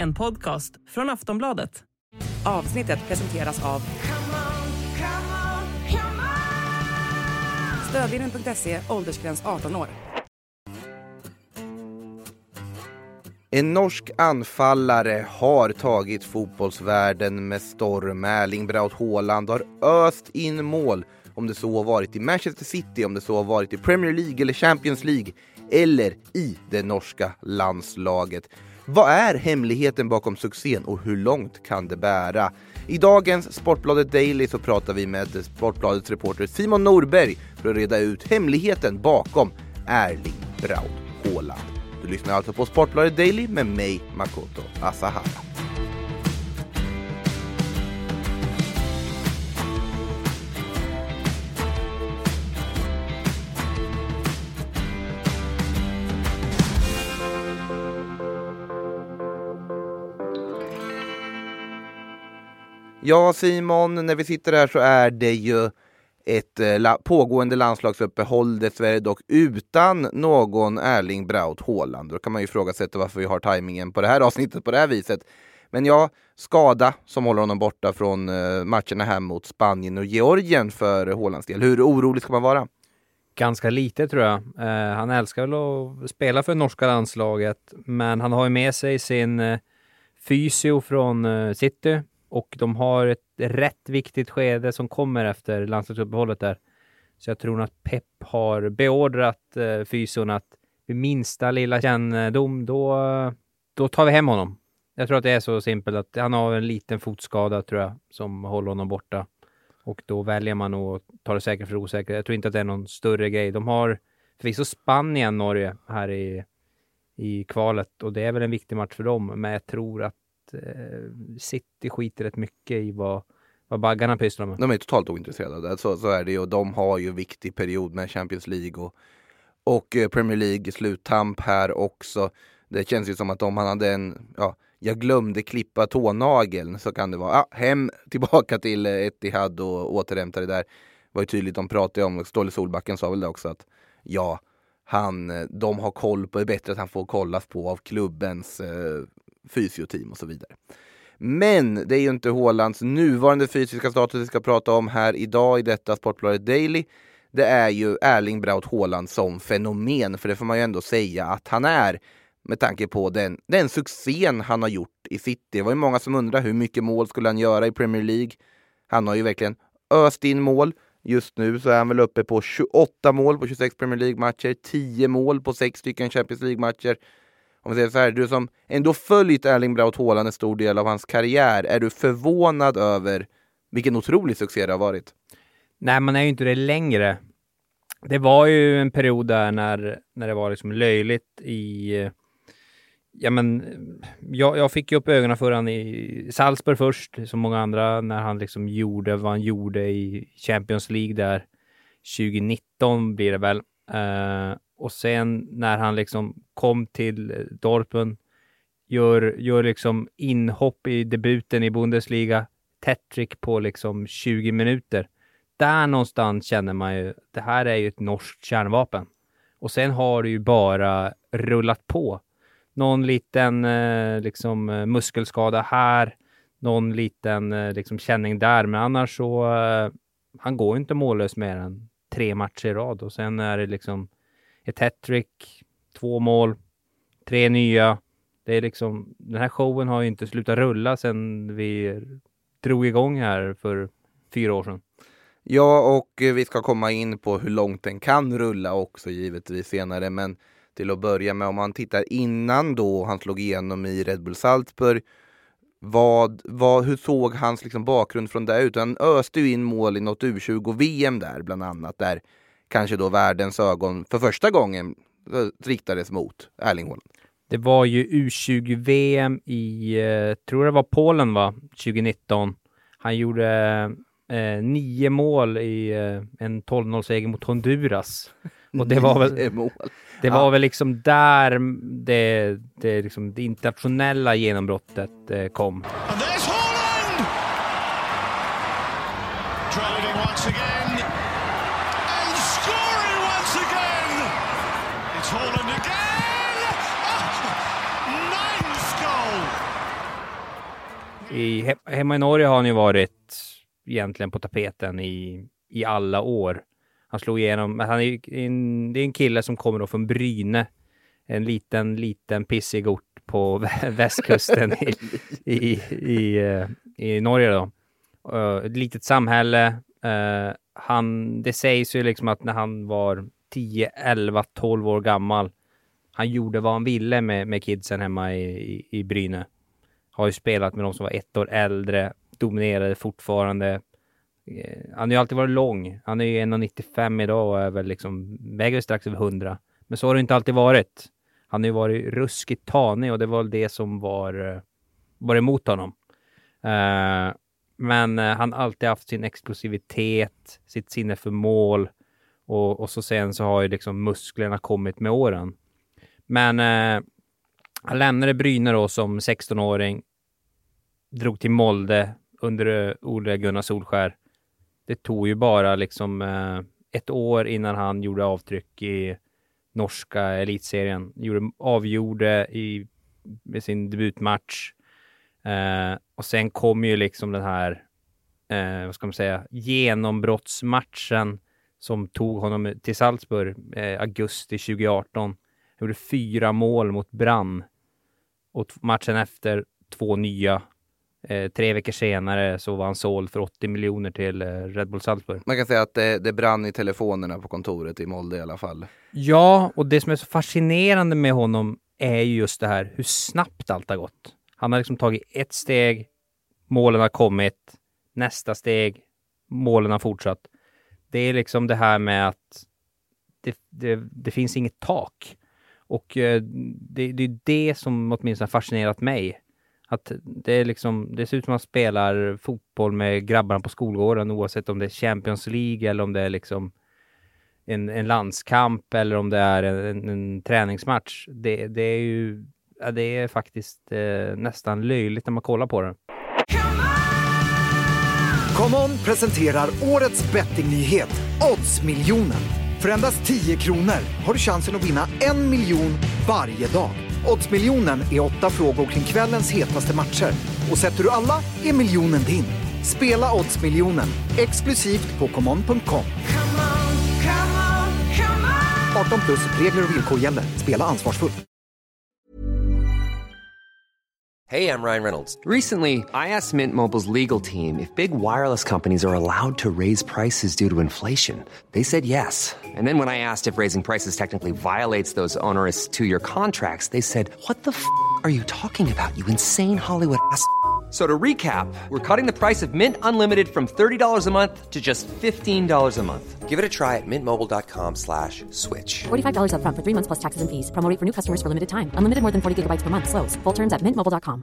en podcast från Aftonbladet. Avsnittet presenteras av Stödlinjen.se, åldersgräns 18 år. En norsk anfallare har tagit fotbollsvärlden med storm. Erling Braut Haaland har öst in mål, om det så har varit i Manchester City, om det så har varit i Premier League eller Champions League eller i det norska landslaget. Vad är hemligheten bakom succén och hur långt kan det bära? I dagens Sportbladet Daily så pratar vi med Sportbladets reporter Simon Norberg för att reda ut hemligheten bakom Erling Braut Haaland. Du lyssnar alltså på Sportbladet Daily med mig, Makoto Asahara. Ja, Simon, när vi sitter här så är det ju ett pågående landslagsuppehåll, dessvärre dock utan någon Erling Braut Haaland. Då kan man ju ifrågasätta varför vi har tajmingen på det här avsnittet på det här viset. Men ja, skada som håller honom borta från matcherna här mot Spanien och Georgien för Haalands del. Hur orolig ska man vara? Ganska lite tror jag. Han älskar väl att spela för norska landslaget, men han har ju med sig sin fysio från City. Och de har ett rätt viktigt skede som kommer efter landslagsuppehållet där. Så jag tror att Pep har beordrat fysion att vid minsta lilla kännedom, då tar vi hem honom. Jag tror att det är så simpelt att han har en liten fotskada tror jag som håller honom borta. Och då väljer man att ta det säkert för osäkert. Jag tror inte att det är någon större grej. De har förvisso Spanien, Norge här i kvalet. Och det är väl en viktig match för dem. Men jag tror att City skiter rätt mycket i vad baggarna pysslar med. De är totalt ointresserade. Så är det ju. Och de har ju viktig period med Champions League och Premier League sluttamp här också. Det känns ju som att om han hade jag glömde klippa tånageln, så kan det vara hem tillbaka till Etihad och återhämta det där. Var ju tydligt, de pratade om, Ståle Solbacken sa väl det också, att de har koll på, det är bättre att han får kollas på av klubbens fysioteam och så vidare. Men det är ju inte Haalands nuvarande fysiska status vi ska prata om här idag i detta Sportbladet Daily. Det är ju Erling Braut Haaland som fenomen, för det får man ju ändå säga att han är, med tanke på den succén han har gjort i City. Det var ju många som undrar hur mycket mål skulle han göra i Premier League. Han har ju verkligen öst in mål. Just nu så är han väl uppe på 28 mål på 26 Premier League-matcher, 10 mål på 6 stycken Champions League-matcher. Om vi säger så här, du som ändå följt Erling Braut Haaland en stor del av hans karriär, är du förvånad över vilken otrolig succé det har varit? Nej, man är ju inte det längre. Det var ju en period där när det var liksom löjligt i... Jag fick ju upp ögonen för han i Salzburg först, som många andra, när han liksom gjorde vad han gjorde i Champions League där 2019 blir det väl. Och sen när han liksom kom till Dortmund, gör liksom inhopp i debuten i Bundesliga, hattrick på liksom 20 minuter. Där någonstans känner man ju, det här är ju ett norskt kärnvapen. Och sen har det ju bara rullat på. Någon liten muskelskada här, någon liten liksom känning där, men annars så han går inte mållös mer än 3 matcher i rad, och sen är det liksom ett hattrick, 2 mål, 3 nya. Det är liksom, den här showen har ju inte slutat rulla sedan vi drog igång här för 4 år sedan. Ja, och vi ska komma in på hur långt den kan rulla också givetvis senare, men till att börja med, om man tittar innan då han slog igenom i Red Bull Salzburg, hur såg hans liksom bakgrund från där ut? Han öste ju in mål i något U20-VM där bland annat, där kanske då världens ögon för första gången riktades mot Erling Haaland. Det var ju U20-VM i, tror det var Polen 2019. Han gjorde 9 mål i en 12-0-seger mot Honduras. Och det var väl liksom där det internationella genombrottet kom. And there's Haaland! Driving once again and scoring once again. It's Haaland again. Oh, 9th goal. Hemma i Norge har han ju varit egentligen på tapeten i alla år. Han slog igenom, det är en kille som kommer då från Bryne. En liten pissig ort på västkusten i Norge då. Ett litet samhälle. Det sägs ju liksom att när han var 10, 11, 12 år gammal, han gjorde vad han ville med kidsen hemma i Bryne. Har ju spelat med de som var 1 år äldre, dominerade fortfarande. Han har ju alltid varit lång. Han är ju 1,95 idag och är väl liksom, väger strax över 100. Men så har det inte alltid varit. Han har ju varit ruskigt tanig och det var det som var emot honom. Men han har alltid haft sin explosivitet, sitt sinne för mål och så sen så har ju liksom musklerna kommit med åren. Men han lämnade Bryne då som 16-åring, drog till Molde under Ole Gunnar Solskjær. Det tog ju bara liksom 1 år innan han gjorde avtryck i norska elitserien. Avgjorde med sin debutmatch. Och sen kom ju liksom den här vad ska man säga, genombrottsmatchen som tog honom till Salzburg augusti 2018. Han gjorde 4 mål mot Brann. Och matchen efter 2 nya. 3 veckor senare så var han såld för 80 miljoner till Red Bull Salzburg. Man kan säga att det brann i telefonerna på kontoret i Molde i alla fall. Ja, och det som är så fascinerande med honom är ju just det här hur snabbt allt har gått. Han har liksom tagit ett steg, målen har kommit, nästa steg, målen har fortsatt. Det är liksom det här med att det finns inget tak. Och det är det som åtminstone har fascinerat mig. Att det är liksom, det ser ut som att man spelar fotboll med grabbarna på skolgården oavsett om det är Champions League eller om det är liksom en landskamp eller om det är en träningsmatch. Det är ju det är faktiskt nästan löjligt när man kollar på det. Come On presenterar årets bettingnyhet, Oddsmiljonen. För endast 10 kronor har du chansen att vinna 1 miljon varje dag. Oddsmiljonen är 8 frågor kring kvällens hetaste matcher. Och sätter du alla är miljonen din. Spela Oddsmiljonen exklusivt på comeon.com. 18 plus, regler och villkor gäller. Spela ansvarsfullt. Hey, I'm Ryan Reynolds. Recently, I asked Mint Mobile's legal team if big wireless companies are allowed to raise prices due to inflation. They said yes. And then when I asked if raising prices technically violates those onerous 2-year contracts, they said, "What the f*** are you talking about, you insane Hollywood ass?" So to recap, we're cutting the price of Mint Unlimited from $30 a month to just $15 a month. Give it a try at mintmobile.com/switch. $45 up front for 3 months plus taxes and fees. Promo rate for new customers for limited time. Unlimited more than 40 gigabytes per month. Slows full terms at mintmobile.com.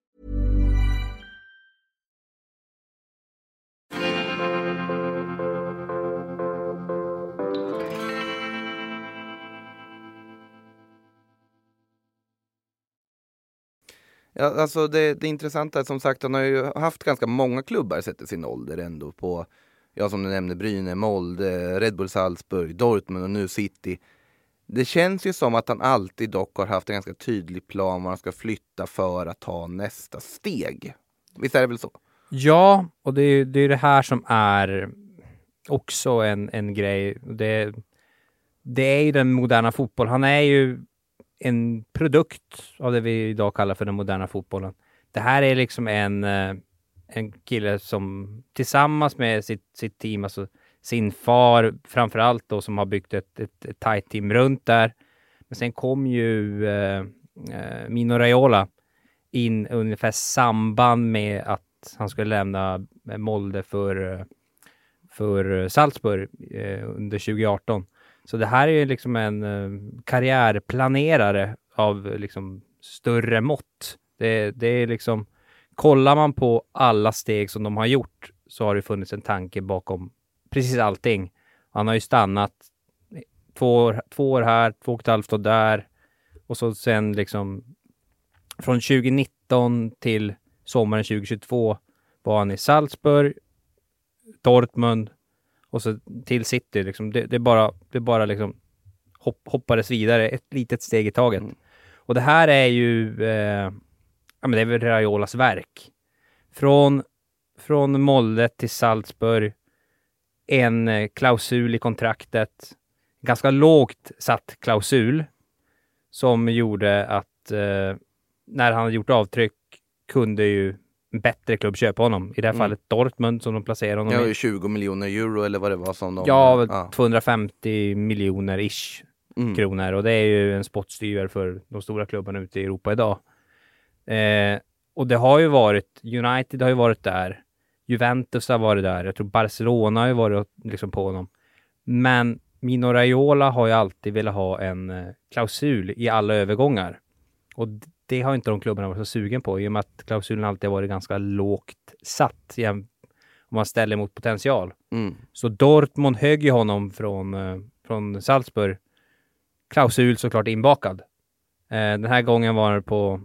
Ja, alltså det intressanta är som sagt, han har ju haft ganska många klubbar sett i sin ålder ändå på, ja som du nämnde, Bryne, Molde, Red Bull Salzburg, Dortmund och nu City. Det känns ju som att han alltid dock har haft en ganska tydlig plan var han ska flytta för att ta nästa steg. Visst är det väl så? Ja, och det är det här som är också en grej. Det är ju den moderna fotboll. Han är ju en produkt av det vi idag kallar för den moderna fotbollen. Det här är liksom en kille som tillsammans med sitt team, alltså sin far framförallt då, som har byggt ett tight team runt där. Men sen kom ju Mino Raiola in ungefär samband med att han skulle lämna Molde för Salzburg under 2018. Så det här är ju liksom en karriärplanerare av liksom större mått. Det är liksom, kollar man på alla steg som de har gjort så har det funnits en tanke bakom precis allting. Han har ju stannat 2 år här, 2,5 år där. Och så sen liksom från 2019 till sommaren 2022 var han i Salzburg, Dortmund och så till City. Liksom. Det bara liksom hoppades vidare ett litet steg i taget. Och det här är ju men det är väl Raiolas verk. Från Molde till Salzburg, en klausul i kontraktet, ganska lågt satt klausul som gjorde att när han hade gjort avtryck kunde ju en bättre klubb köpa honom. I det här fallet Dortmund som de placerade honom i. 20 miljoner euro eller vad det var som de... Ja, 250 miljoner ish kronor. Och det är ju en spottstyver för de stora klubbarna ute i Europa idag. Och det har ju varit, United har ju varit där. Juventus har varit där. Jag tror Barcelona har ju varit liksom på honom. Men Mino Raiola har ju alltid velat ha en klausul i alla övergångar. Och det har inte de klubbarna varit så sugen på. I och med att klausulen alltid har varit ganska lågt satt om man ställer mot potential. Så Dortmund högg ju honom från Salzburg. Klausul såklart inbakad. Den här gången var det på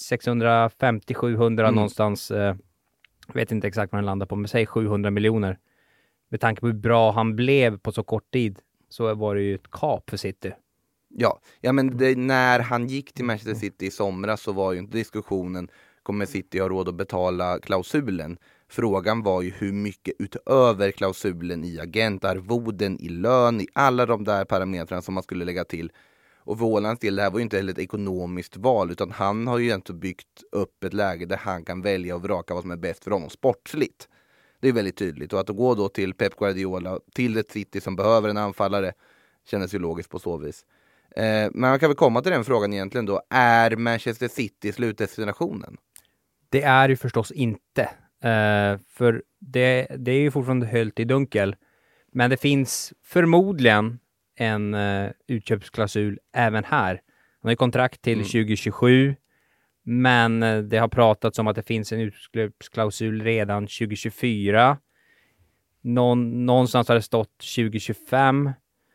650-700 någonstans. Jag vet inte exakt vad den landar på, men säg 700 miljoner. Med tanke på hur bra han blev på så kort tid så var det ju ett kap för City. Ja men när han gick till Manchester City i somras så var ju inte diskussionen kommer City ha råd att betala klausulen. Frågan var ju hur mycket utöver klausulen i agentarvoden, i lön, i alla de där parametrarna som man skulle lägga till. Och för Haalands del, det här var ju inte heller ett ekonomiskt val utan han har ju egentligen byggt upp ett läge där han kan välja och vraka vad som är bäst för honom sportsligt. Det är väldigt tydligt. Och att gå då till Pep Guardiola, till ett City som behöver en anfallare, kändes ju logiskt på så vis. Men man kan väl komma till den frågan egentligen då. Är Manchester City slutdestinationen? Det är ju förstås inte. För det är ju fortfarande höljt i dunkel. Men det finns förmodligen en utköpsklausul även här. Han har ju kontrakt till 2027. Men det har pratats om att det finns en utköpsklausul redan 2024. Någonstans har det stått 2025.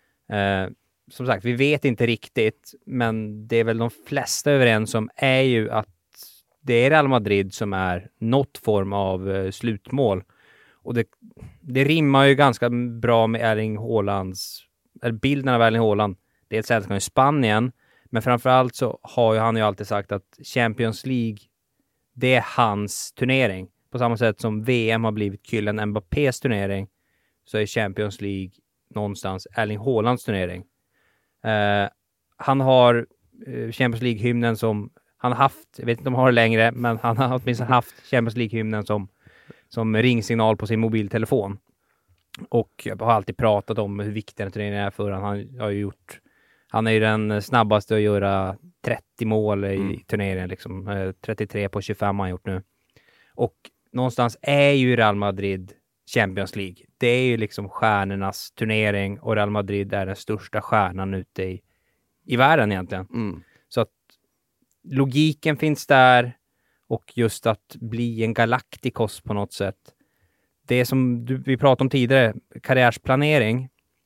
Som sagt, vi vet inte riktigt. Men det är väl de flesta överens om är ju att det är Real Madrid som är något form av slutmål. Och det rimmar ju ganska bra med Erling Haalands, eller bilden av Erling Haaland. Dels älskar han i Spanien, men framförallt så har ju han ju alltid sagt att Champions League, det är hans turnering. På samma sätt som VM har blivit Kylian Mbappés turnering, så är Champions League någonstans Erling Haalands turnering. Han har Champions League-hymnen som han har haft, jag vet inte om han har det längre, men han har åtminstone haft Champions League-hymnen som ringsignal på sin mobiltelefon. Och jag har alltid pratat om hur viktig den turneringen är för han är ju den snabbaste att göra 30 mål i turneringen. Liksom. 33 på 25 har han gjort nu. Och någonstans är ju Real Madrid Champions League. Det är ju liksom stjärnornas turnering och Real Madrid är den största stjärnan ute i världen egentligen. Så att logiken finns där och just att bli en Galacticos på något sätt. Det som vi pratade om tidigare, karriärsplanering.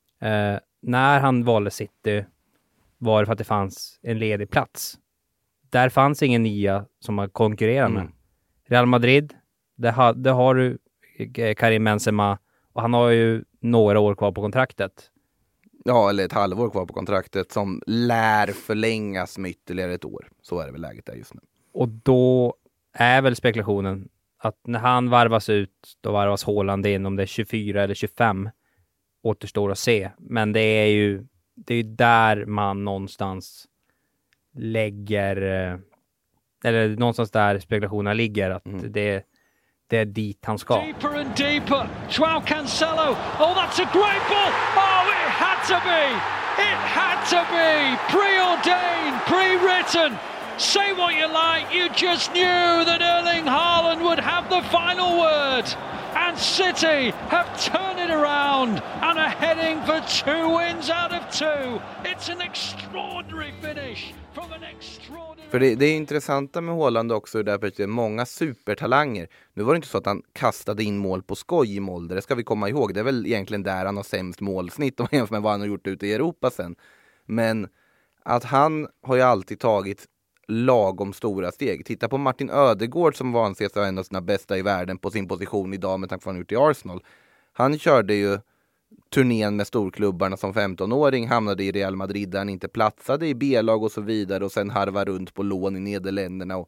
När han valde City var det för att det fanns en ledig plats. Där fanns ingen nia som man konkurrerar med. Real Madrid, där har du Karim Benzema och han har ju några år kvar på kontraktet. Ja, eller ett halvår kvar på kontraktet som lär förlängas med ytterligare ett år. Så är det väl läget där just nu. Och då är väl spekulationen att när han varvas ut, då varvas Haaland in, om det är 24 eller 25 återstår att se. Men det är ju där man någonstans lägger, eller någonstans där spekulationerna ligger, att det är dit han ska. Deeper and deeper. Joao Cancelo. Oh, that's a great ball. Oh, it had to be. It had to be. Preordained, pre-written. Say what you like. You just knew that Erling Haaland would have the final word. And City have turned it around and are heading for 2 wins out of 2. It's an extraordinary finish from an extraordinary... För det är intressanta med Haaland också, därför att det är många supertalanger. Nu var det inte så att han kastade in mål på skoj i Molde, det ska vi komma ihåg. Det är väl egentligen där han har sämst målsnitt om man jämför med vad han har gjort ute i Europa sen. Men att han har ju alltid tagit lagom stora steg. Titta på Martin Ödegaard som anses vara en av sina bästa i världen på sin position idag med tanke på vad han gjort i Arsenal. Han körde ju turnén med storklubbarna som 15-åring, hamnade i Real Madrid där han inte platsade i B-lag och så vidare och sen harvade runt på lån i Nederländerna och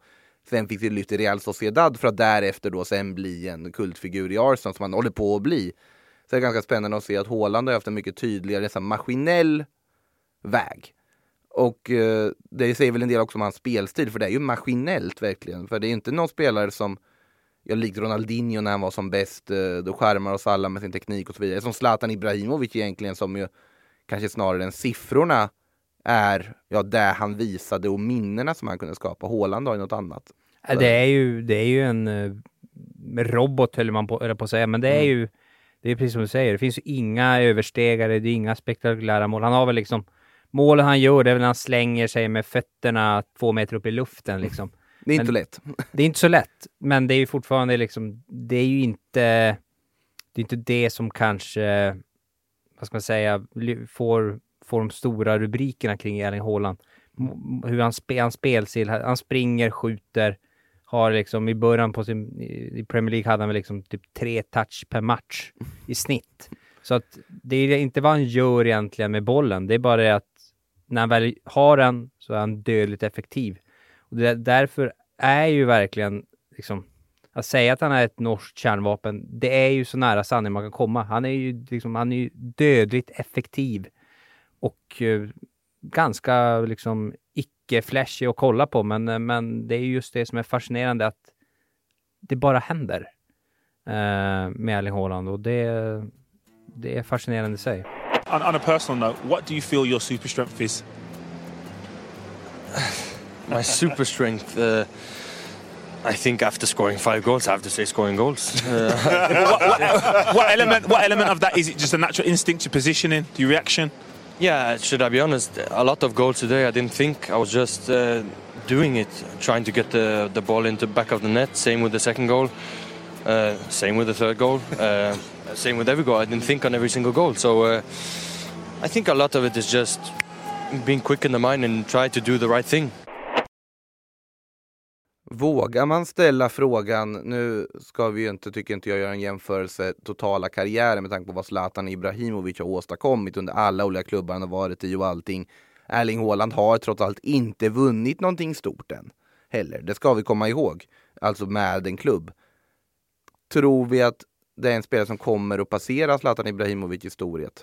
sen fick det lyft i Real Sociedad för att därefter då sen bli en kultfigur i Arsenal som han håller på att bli. Så det är ganska spännande att se att Haaland har haft en mycket tydligare, nästan maskinell väg. Och det säger väl en del också om hans spelstil, för det är ju maskinellt verkligen. För det är ju inte någon spelare som, likt Ronaldinho när han var som bäst, då skärmar oss alla med sin teknik och så vidare. Som Zlatan Ibrahimovic egentligen, som ju kanske snarare än siffrorna är det han visade och minnena som han kunde skapa. Haaland har ju något annat. Det är ju en robot höll man på att säga, men det är precis som du säger. Det finns ju inga överstegare, det är inga spektakulära mål. Han har väl liksom, målen han gör, det är väl när han slänger sig med fötterna 2 meter upp i luften liksom. Det är inte lätt. Det är inte så lätt, men det är ju fortfarande liksom, det är ju inte det som kanske, vad ska man säga, får de stora rubrikerna kring Erling Haaland. Hur han spelstil, han springer, skjuter, har liksom i början på i Premier League hade han väl liksom typ 3 touch per match i snitt. Så att det är inte vad han gör egentligen med bollen, det är bara det att när han väl har den så är han dödligt effektiv. Och därför är ju verkligen liksom, att säga att han är ett norskt kärnvapen, det är ju så nära sanning man kan komma. Han är ju dödligt effektiv och ganska liksom icke-flashig att kolla på, men det är just det som är fascinerande, att det bara händer med Erling Haaland, och det är fascinerande i sig. On a personal note, what do you feel your super strength is? My super strength, I think after scoring 5 goals, I have to say scoring goals. What element of that is it? Just a natural instinct, your positioning, your reaction? Yeah, should I be honest, a lot of goals today I didn't think. I was just doing it, trying to get the ball into the back of the net. Same with the second goal, same with the third goal, same with every goal. I didn't think on every single goal. So I think a lot of it is just being quick in the mind and try to do the right thing. Vågar man ställa frågan, nu ska vi ju inte, tycker inte jag, göra en jämförelse totala karriären med tanke på vad Zlatan Ibrahimovic har åstadkommit under alla olika klubbar han har varit i och allting. Erling Haaland har trots allt inte vunnit någonting stort än heller. Det ska vi komma ihåg. Alltså med en klubb. Tror vi att det är en spelare som kommer att passera Zlatan Ibrahimovic i storhet?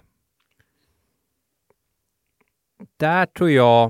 Där tror jag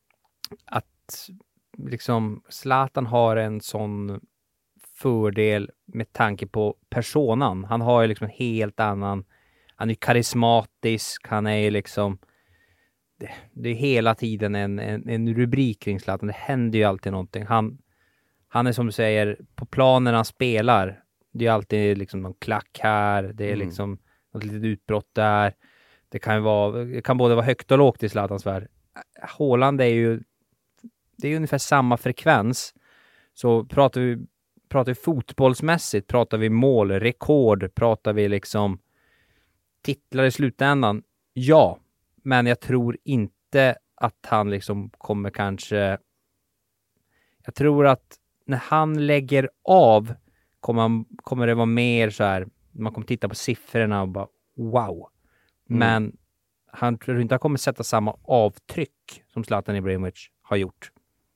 att liksom Zlatan har en sån fördel med tanke på personan. Han har ju liksom en helt annan, han är karismatisk, han är liksom det är hela tiden en rubrik kring Zlatan. Det händer ju alltid någonting. Han är som du säger, på planen han spelar, det är alltid liksom någon klack här, det är liksom något litet utbrott där. Det kan både vara högt och lågt i Zlatans värld. Haaland är ju, det är ungefär samma frekvens. Så pratar vi fotbollsmässigt, pratar vi mål, rekord, pratar vi liksom titlar i slutändan. Ja, men jag tror inte att han liksom kommer kanske, jag tror att när han lägger av kommer det vara mer så här, man kommer titta på siffrorna och bara wow. Men han tror inte han kommer sätta samma avtryck som Zlatan Ibrahimovic har gjort.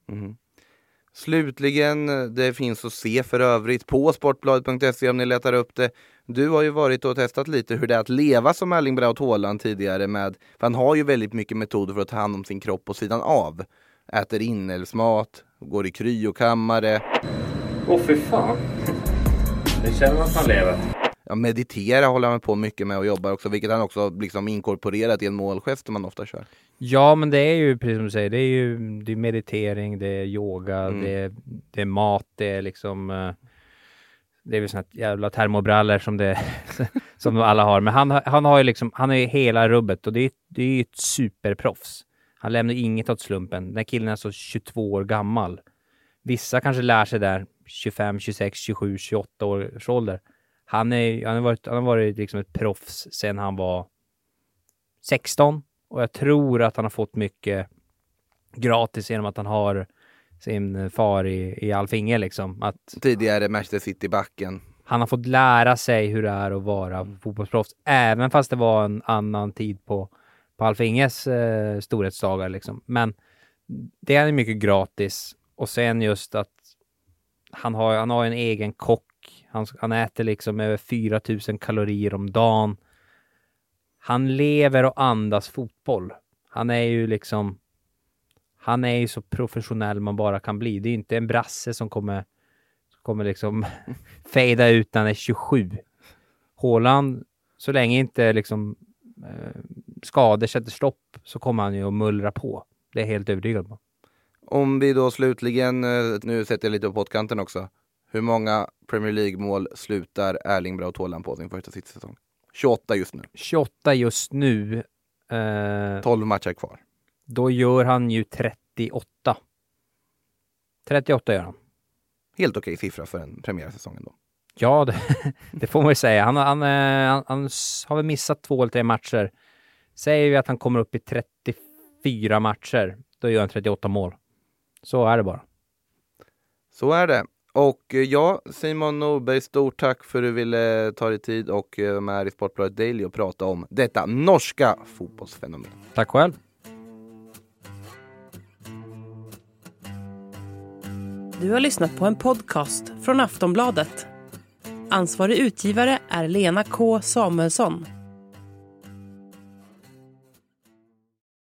Slutligen, det finns att se för övrigt på sportbladet.se om ni letar upp det. Du har ju varit och testat lite hur det är att leva som Erling Braut Haaland tidigare för han har ju väldigt mycket metoder för att ta hand om sin kropp på sidan av. Äter inälvsmat, går i kryokammare. Fy fan. Det känner man att han lever. Ja, meditera håller han på mycket med och jobbar också, vilket han också liksom inkorporerat i en målgest som man ofta kör. Ja, men det är ju precis som du säger, det är meditering, det är yoga, det är mat, det är liksom det är väl såna jävla termobrallor som alla har, men han har ju liksom, han är ju hela rubbet, och det är ju ett superproffs. Han lämnar inget åt slumpen. Den här killen är så 22 år gammal. Vissa kanske lär sig där 25, 26, 27, 28 års ålder. Han har varit liksom ett proffs sedan han var 16, och jag tror att han har fått mycket gratis genom att han har sin far i Alfinge liksom. Att tidigare Manchester City-backen. Han har fått lära sig hur det är att vara fotbollsproffs, även fast det var en annan tid på Alfinges storhetsdagar liksom. Men det är mycket gratis, och sen just att Han har en egen kock. Han äter liksom över 4000 kalorier om dagen. Han lever och andas fotboll. Han är ju så professionell man bara kan bli. Det är inte en brasse som kommer liksom fejda ut när han är 27. Haaland, så länge inte liksom skador sätter stopp, så kommer han ju att mullra på. Det är helt övertygad på. Om vi då slutligen, nu sätter jag lite på pottkanten också. Hur många Premier League-mål slutar Erling Braut Haaland på sin första säsong? 28 just nu. 28 just nu. 12 matcher kvar. Då gör han ju 38. 38 gör han. Helt okej siffra för en premiärsäsongen då. Ja, det får man ju säga. Han har väl missat 2 eller 3 matcher. Säger vi att han kommer upp i 34 matcher, då gör han 38 mål. Så är det bara. Så är det. Och ja, Simon Norberg, stort tack för att du ville ta dig tid och med i Sportbladet Daily och prata om detta norska fotbollsfenomen. Tack själv. Du har lyssnat på en podcast från Aftonbladet. Ansvarig utgivare är Lena K. Samuelsson.